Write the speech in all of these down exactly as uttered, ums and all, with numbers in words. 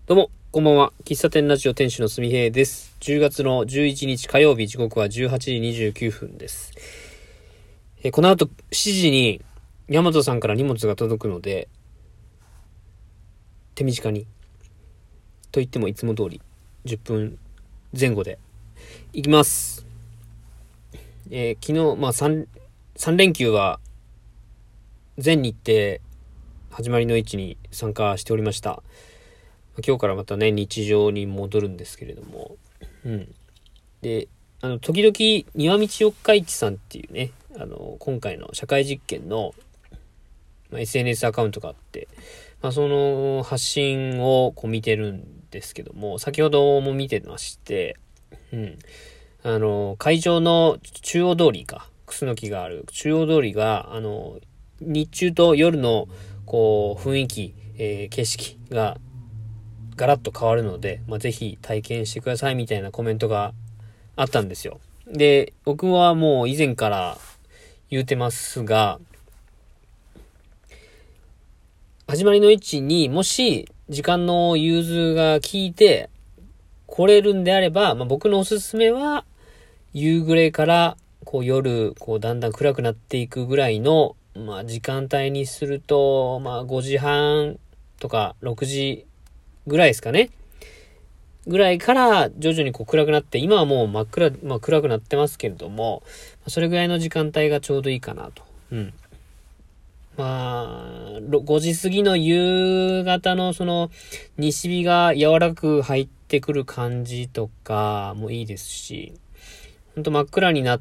どうも、こんばんは。喫茶店ラジオ店主のすみへいです。じゅうがつのじゅういちにち火曜日、時刻はじゅうはちじにじゅうきゅうふんです。えー、この後しちじにヤマトさんから荷物が届くので、手短に、と言ってもいつも通りじゅっぷんぜん後で行きます。えー、昨日、まあ 3, 3連休は全日程始まりの位置に参加しておりました。今日からまたね、日常に戻るんですけれども。うん。で、あの、時々、庭道四日市さんっていうね、あの、今回の社会実験の、まあ、エスエヌエス アカウントがあって、まあ、その発信をこう見てるんですけども、先ほども見てまして、うん。あの、会場の中央通りか、クスノキがある中央通りが、あの、日中と夜の、こう、雰囲気、えー、景色が、ガラッと変わるので、まあ、ぜひ体験してくださいみたいなコメントがあったんですよ。で、僕はもう以前から言うてますが、始まりの位置にもし時間の融通が効いて来れるんであれば、まあ、僕のおすすめは夕暮れからこう夜こうだんだん暗くなっていくぐらいの、まあ、時間帯にすると、まあ、ごじはんとかろくじぐらいですかね。ぐらいから徐々にこう暗くなって、今はもう真っ暗、まあ暗くなってますけれども、それぐらいの時間帯がちょうどいいかなと。うん。まあ、ごじ過ぎの夕方のその西日が柔らかく入ってくる感じとかもいいですし、ほんと真っ暗になって、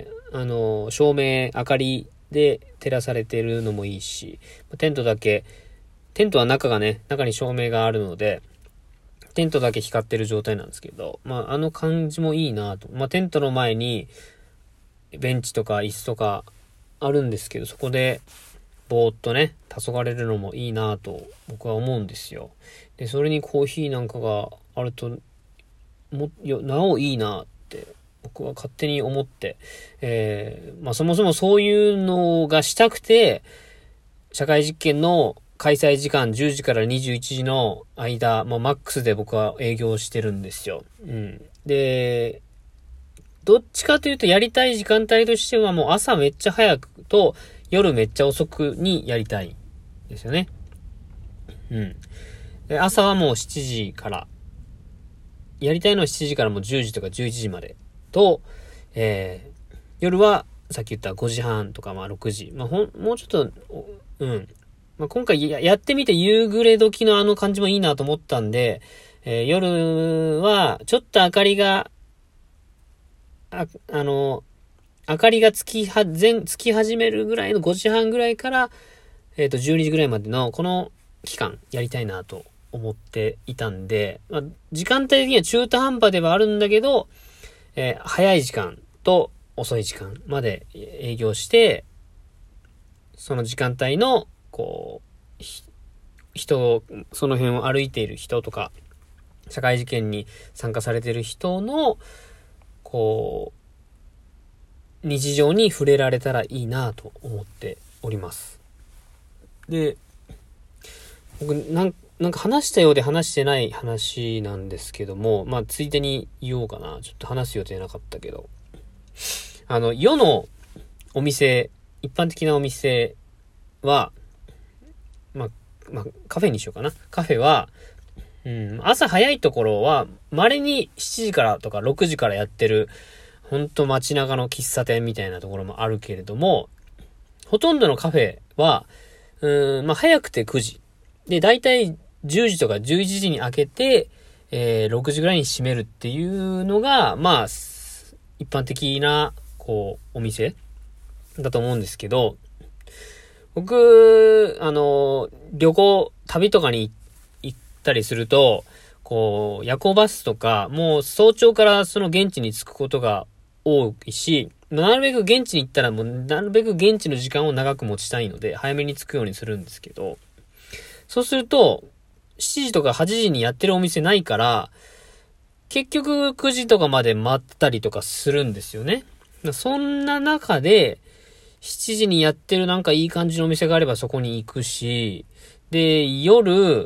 あの、照明、明かりで照らされてるのもいいし、テントだけ、テントは中がね、中に照明があるので、テントだけ光ってる状態なんですけど、まあ、あの感じもいいなと。まあ、テントの前に、ベンチとか椅子とかあるんですけど、そこで、ぼーっとね、黄昏れるのもいいなと、僕は思うんですよ。で、それにコーヒーなんかがあると、も、よ、なおいいなって、僕は勝手に思って、えー、まあ、そもそもそういうのがしたくて、社会実験の開催時間じゅうじからにじゅういちじの間、まあ、マックスで僕は営業してるんですよ。うん。で、どっちかというとやりたい時間帯としてはもう朝めっちゃ早くと夜めっちゃ遅くにやりたいですよね。うん。で、朝はもうしちじから、やりたいのはしちじからもうじゅうじとかじゅういちじまでと、えー、夜はさっき言ったごじはんとかまあろくじ。まあ、ほん、もうちょっと、うん。まあ、今回 や, やってみて夕暮れ時のあの感じもいいなと思ったんで、えー、夜はちょっと明かりが、あ、あの、明かりがつきは、全、つき始めるぐらいのごじはんぐらいから、えっと、じゅうにじぐらいまでのこの期間やりたいなと思っていたんで、まあ、時間帯的には中途半端ではあるんだけど、えー、早い時間と遅い時間まで営業して、その時間帯のこう、人、その辺を歩いている人とか、社会実験に参加されている人の、こう、日常に触れられたらいいなと思っております。で、僕なん、なんか話したようで話してない話なんですけども、まあ、ついでに言おうかな。ちょっと話す予定なかったけど。あの、世のお店、一般的なお店は、まあ、まあ、カフェにしようかな。カフェは、うん、朝早いところは、稀にしちじからとかろくじからやってる、ほんと街中の喫茶店みたいなところもあるけれども、ほとんどのカフェは、うん、まあ、早くてくじ。で、だいたいじゅうじとかじゅういちじに開けて、えー、ろくじぐらいに閉めるっていうのが、まあ、一般的な、こう、お店だと思うんですけど、僕、あの、旅行、旅とかに行ったりすると、こう、夜行バスとか、もう早朝からその現地に着くことが多いし、なるべく現地に行ったらもう、なるべく現地の時間を長く持ちたいので、早めに着くようにするんですけど、そうすると、しちじとかはちじにやってるお店ないから、結局くじとかまで待ったりとかするんですよね。そんな中で、しちじにやってるなんかいい感じのお店があればそこに行くし、で、夜、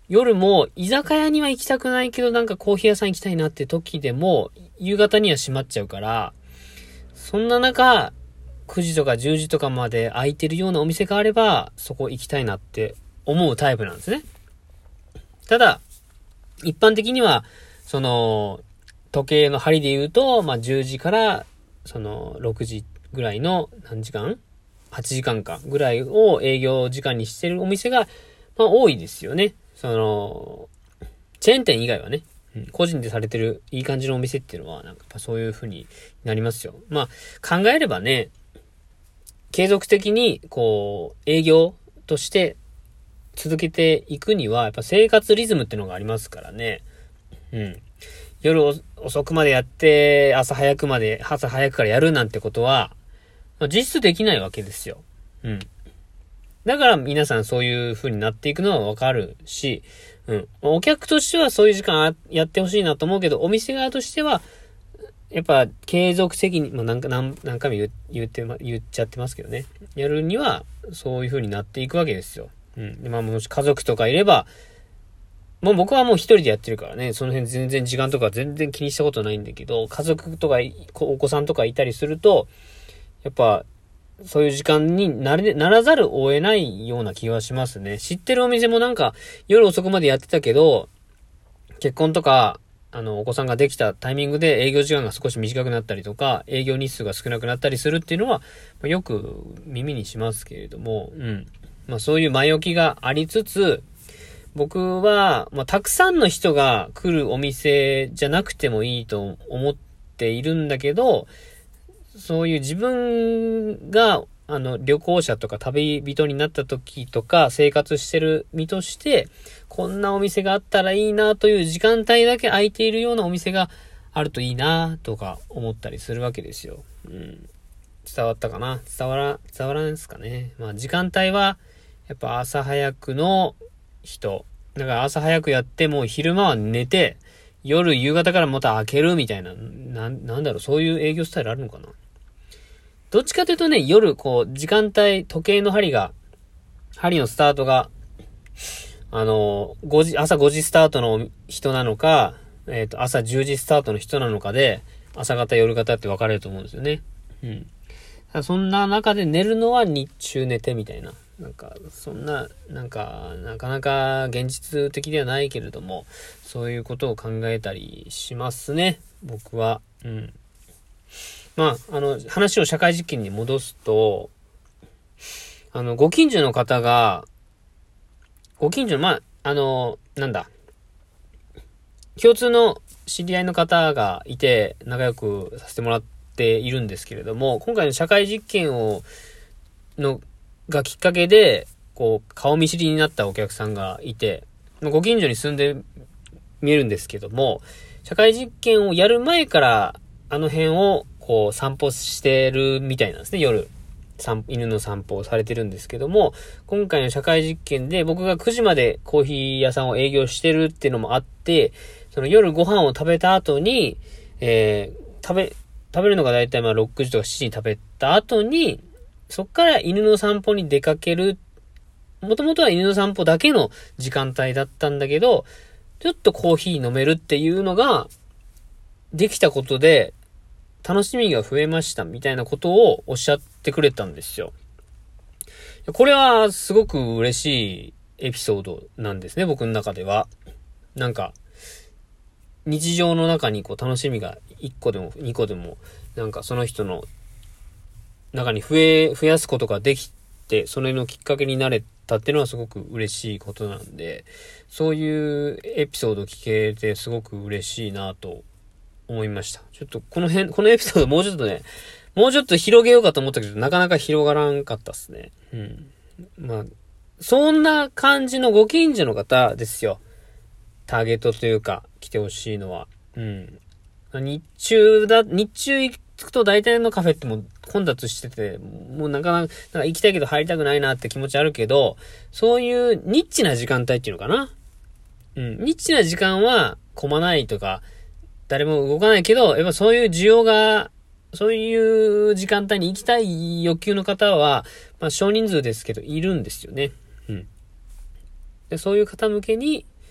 夜も居酒屋には行きたくないけどなんかコーヒー屋さん行きたいなって時でも夕方には閉まっちゃうから、そんな中くじとかじゅうじとかまで空いてるようなお店があればそこ行きたいなって思うタイプなんですね。ただ一般的にはその時計の針で言うと、まあじゅうじからそのろくじぐらいの何時間 ?はち 時間かぐらいを営業時間にしてるお店がまあ多いですよね。そのチェーン店以外はね、うん、個人でされてるいい感じのお店っていうのはなんかやっぱそういう風になりますよ。まあ考えればね、継続的にこう営業として続けていくにはやっぱ生活リズムっていうのがありますからね。うん。夜遅くまでやって朝早くまで朝早くからやるなんてことは、まあ、実質できないわけですよ。うん。だから皆さんそういう風になっていくのはわかるし、うん。お客としてはそういう時間やってほしいなと思うけど、お店側としてはやっぱ継続的に、まあ、何か何何回も言言って言っちゃってますけどね。やるにはそういう風になっていくわけですよ。うん。でまあもし家族とかいれば、もう僕はもう一人でやってるからね、その辺全然時間とか全然気にしたことないんだけど、家族とかお子さんとかいたりすると、やっぱそういう時間になれ、ならざるを得ないような気はしますね。知ってるお店もなんか夜遅くまでやってたけど、結婚とか、あの、お子さんができたタイミングで営業時間が少し短くなったりとか、営業日数が少なくなったりするっていうのは、まあ、よく耳にしますけれども、うん。まあそういう前置きがありつつ、僕は、まあ、たくさんの人が来るお店じゃなくてもいいと思っているんだけど、そういう自分が、あの、旅行者とか旅人になった時とか、生活してる身として、こんなお店があったらいいなという時間帯だけ空いているようなお店があるといいなとか思ったりするわけですよ。うん。伝わったかな？伝わら、伝わらないですかね。まあ、時間帯は、やっぱ朝早くの人。だから朝早くやっても昼間は寝て、夜夕方からまた開けるみたいな、な、なんだろう、そういう営業スタイルあるのかな。どっちかというとね、夜こう、時間帯、時計の針が、針のスタートが、あの、ごじ、朝ごじスタートの人なのか、えっと、朝じゅうじスタートの人なのかで、朝方夜方って分かれると思うんですよね。うん。そんな中で寝るのは日中寝てみたいな。なんか、そんな、なんか、なかなか現実的ではないけれども、そういうことを考えたりしますね、僕は。うん。まあ、あの、話を社会実験に戻すと、あの、ご近所の方が、ご近所の、まあ、あの、なんだ、共通の知り合いの方がいて、仲良くさせてもらっているんですけれども、今回の社会実験を、の、がきっかけで、こう、顔見知りになったお客さんがいて、ご近所に住んで見えるんですけども、社会実験をやる前から、あの辺を、こう、散歩してるみたいなんですね、夜。散犬の散歩をされてるんですけども、今回の社会実験で僕がくじまでコーヒー屋さんを営業してるっていうのもあって、その夜ご飯を食べた後に、えー、食べ、食べるのがだいたいまあろくじとかしちじに食べた後に、そっから犬の散歩に出かける。もともとは犬の散歩だけの時間帯だったんだけど、ちょっとコーヒー飲めるっていうのができたことで楽しみが増えましたみたいなことをおっしゃってくれたんですよ。これはすごく嬉しいエピソードなんですね、僕の中では。なんか、日常の中にこう楽しみがいっこでもにこでもなんかその人の中に増え、増やすことができて、それのきっかけになれたっていうのはすごく嬉しいことなんで、そういうエピソード聞けてすごく嬉しいなと思いました。ちょっとこの辺、このエピソードもうちょっとね、もうちょっと広げようかと思ったけど、なかなか広がらんかったっすね。うん。まあ、そんな感じのご近所の方ですよ。ターゲットというか、来てほしいのは。うん。日中だ、日中行くと大体のカフェってもう混雑してて、もうなかなか、なんか行きたいけど入りたくないなって気持ちあるけど、そういうニッチな時間帯っていうのかな。うん。ニッチな時間は混まないとか、誰も動かないけど、やっぱそういう需要が、そういう時間帯に行きたい欲求の方は、まあ少人数ですけどいるんですよね。うん。で、そういう方向けに、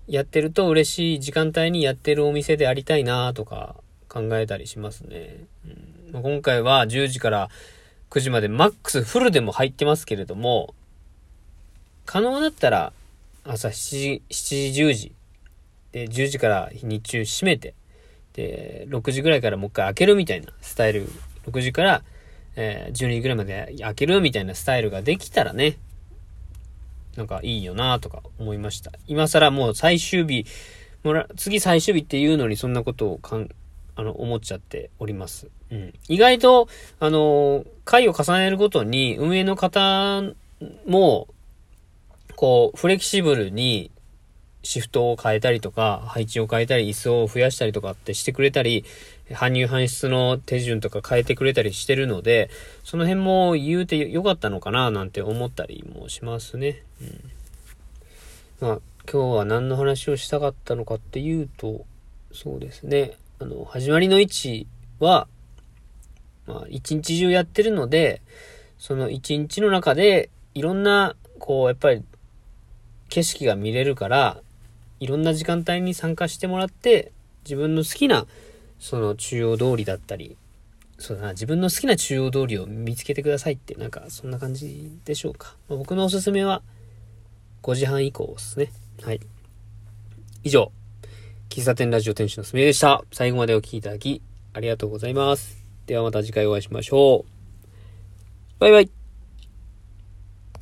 やってると嬉しい時間帯にやってるお店でありたいなとか考えたりしますね。うん、今回はじゅうじからくじまでマックスフルでも入ってますけれども、可能だったら朝しちじ、しちじ、じゅうじでじゅうじから日中閉めて、でろくじぐらいからもう一回開けるみたいなスタイル、ろくじから、えー、じゅうにじぐらいまで開けるみたいなスタイルができたらね、なんかいいよなとか思いました。今更もう最終日、もら次最終日っていうのにそんなことをかんあの思っちゃっております。うん、意外とあの回を重ねるごとに運営の方もこうフレキシブルにシフトを変えたりとか配置を変えたり椅子を増やしたりとかってしてくれたり、搬入搬出の手順とか変えてくれたりしてるので、その辺も言うてよかったのかななんて思ったりもしますね。うん、まあ今日は何の話をしたかったのかっていうと、そうですね、あの始まりの位置はまあ一日中やってるので、その一日の中でいろんなこうやっぱり景色が見れるから、いろんな時間帯に参加してもらって、自分の好きなその中央通りだったり、そうだな、自分の好きな中央通りを見つけてくださいって、なんかそんな感じでしょうか。まあ、僕のおすすめはごじはん以降ですね。はい。以上、喫茶店ラジオ店主のすみれでした。最後までお聞きいただきありがとうございます。ではまた次回お会いしましょう。バイバイ。